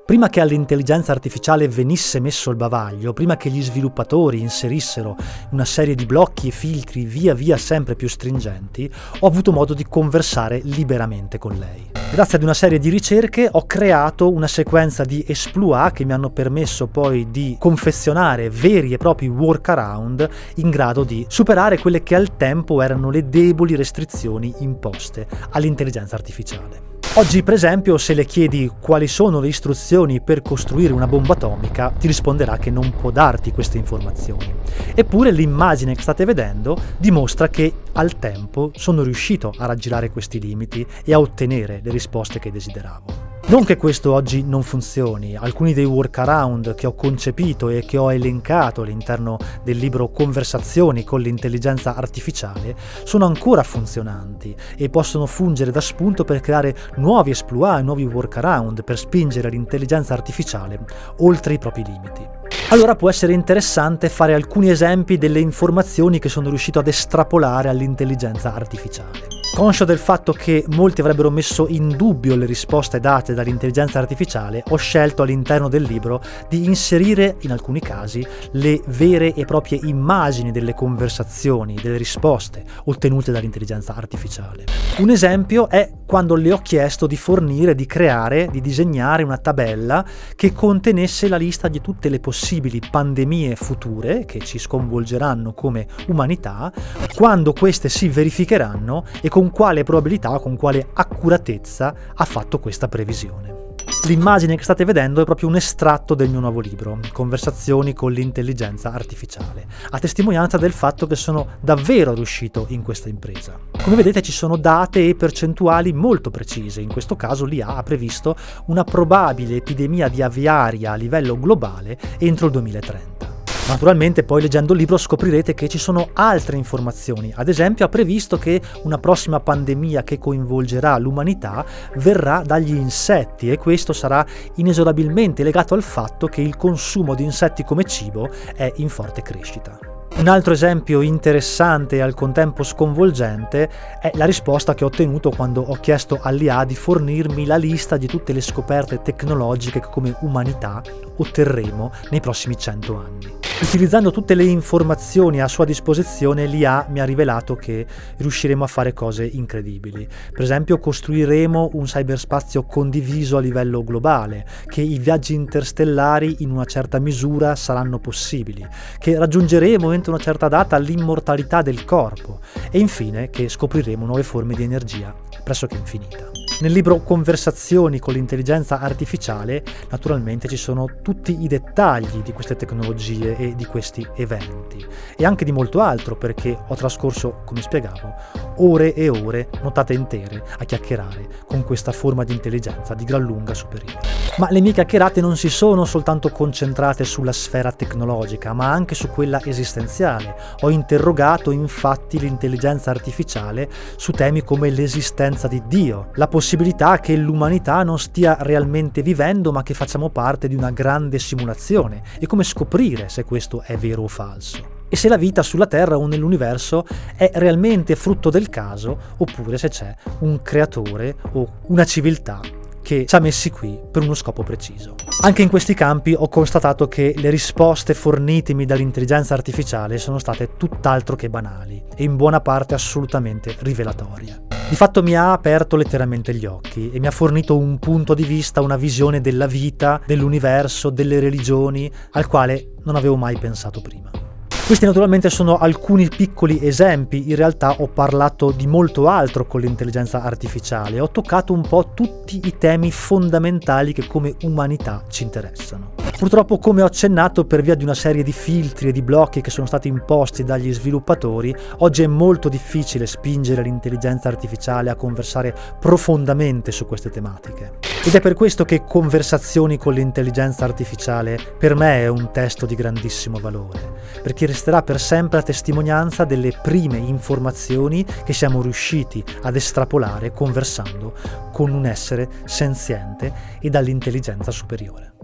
Prima che all'intelligenza artificiale venisse messo il bavaglio, prima che gli sviluppatori inserissero una serie di blocchi e filtri via via sempre più stringenti, ho avuto modo di conversare liberamente con lei. Grazie ad una serie di ricerche ho creato una sequenza di exploit che mi hanno permesso poi di confezionare veri e propri workaround in grado di superare quelle che al tempo erano le deboli restrizioni imposte all'intelligenza artificiale. Oggi, per esempio, se le chiedi quali sono le istruzioni per costruire una bomba atomica, ti risponderà che non può darti queste informazioni. Eppure l'immagine che state vedendo dimostra che al tempo sono riuscito a raggirare questi limiti e a ottenere le risposte che desideravo. Non che questo oggi non funzioni, alcuni dei workaround che ho concepito e che ho elencato all'interno del libro Conversazioni con l'intelligenza artificiale sono ancora funzionanti e possono fungere da spunto per creare nuovi exploit, nuovi workaround per spingere l'intelligenza artificiale oltre i propri limiti. Allora può essere interessante fare alcuni esempi delle informazioni che sono riuscito ad estrapolare all'intelligenza artificiale. Conscio del fatto che molti avrebbero messo in dubbio le risposte date dall'intelligenza artificiale, ho scelto all'interno del libro di inserire in alcuni casi le vere e proprie immagini delle conversazioni, delle risposte ottenute dall'intelligenza artificiale. Un esempio è quando le ho chiesto di fornire, di creare, di disegnare una tabella che contenesse la lista di tutte le possibili pandemie future che ci sconvolgeranno come umanità, quando queste si verificheranno e con quale probabilità, con quale accuratezza ha fatto questa previsione. L'immagine che state vedendo è proprio un estratto del mio nuovo libro, Conversazioni con l'intelligenza artificiale, a testimonianza del fatto che sono davvero riuscito in questa impresa. Come vedete ci sono date e percentuali molto precise, in questo caso l'IA ha previsto una probabile epidemia di aviaria a livello globale entro il 2030. Naturalmente poi leggendo il libro scoprirete che ci sono altre informazioni, ad esempio ha previsto che una prossima pandemia che coinvolgerà l'umanità verrà dagli insetti e questo sarà inesorabilmente legato al fatto che il consumo di insetti come cibo è in forte crescita. Un altro esempio interessante e al contempo sconvolgente è la risposta che ho ottenuto quando ho chiesto all'IA di fornirmi la lista di tutte le scoperte tecnologiche che come umanità otterremo nei prossimi 100 anni. Utilizzando tutte le informazioni a sua disposizione, l'IA mi ha rivelato che riusciremo a fare cose incredibili. Per esempio, costruiremo un cyberspazio condiviso a livello globale, che i viaggi interstellari in una certa misura saranno possibili, che raggiungeremo entro una certa data l'immortalità del corpo e infine che scopriremo nuove forme di energia pressoché infinita. Nel libro Conversazioni con l'intelligenza artificiale, naturalmente ci sono tutti i dettagli di queste tecnologie e di questi eventi e anche di molto altro perché ho trascorso, come spiegavo, ore e ore, nottate intere, a chiacchierare con questa forma di intelligenza di gran lunga superiore. Ma le mie chiacchierate non si sono soltanto concentrate sulla sfera tecnologica, ma anche su quella esistenziale. Ho interrogato infatti l'intelligenza artificiale su temi come l'esistenza di Dio, la possibilità che l'umanità non stia realmente vivendo ma che facciamo parte di una grande simulazione e come scoprire se questo è vero o falso. E se la vita sulla Terra o nell'universo è realmente frutto del caso oppure se c'è un creatore o una civiltà che ci ha messi qui per uno scopo preciso. Anche in questi campi ho constatato che le risposte fornitemi dall'intelligenza artificiale sono state tutt'altro che banali e in buona parte assolutamente rivelatorie. Di fatto mi ha aperto letteralmente gli occhi e mi ha fornito un punto di vista, una visione della vita, dell'universo, delle religioni, al quale non avevo mai pensato prima. Questi naturalmente sono alcuni piccoli esempi, in realtà ho parlato di molto altro con l'intelligenza artificiale, ho toccato un po' tutti i temi fondamentali che come umanità ci interessano. Purtroppo, come ho accennato, per via di una serie di filtri e di blocchi che sono stati imposti dagli sviluppatori, oggi è molto difficile spingere l'intelligenza artificiale a conversare profondamente su queste tematiche. Ed è per questo che Conversazioni con l'intelligenza artificiale per me è un testo di grandissimo valore, perché resterà per sempre a testimonianza delle prime informazioni che siamo riusciti ad estrapolare conversando con un essere senziente e dall'intelligenza superiore.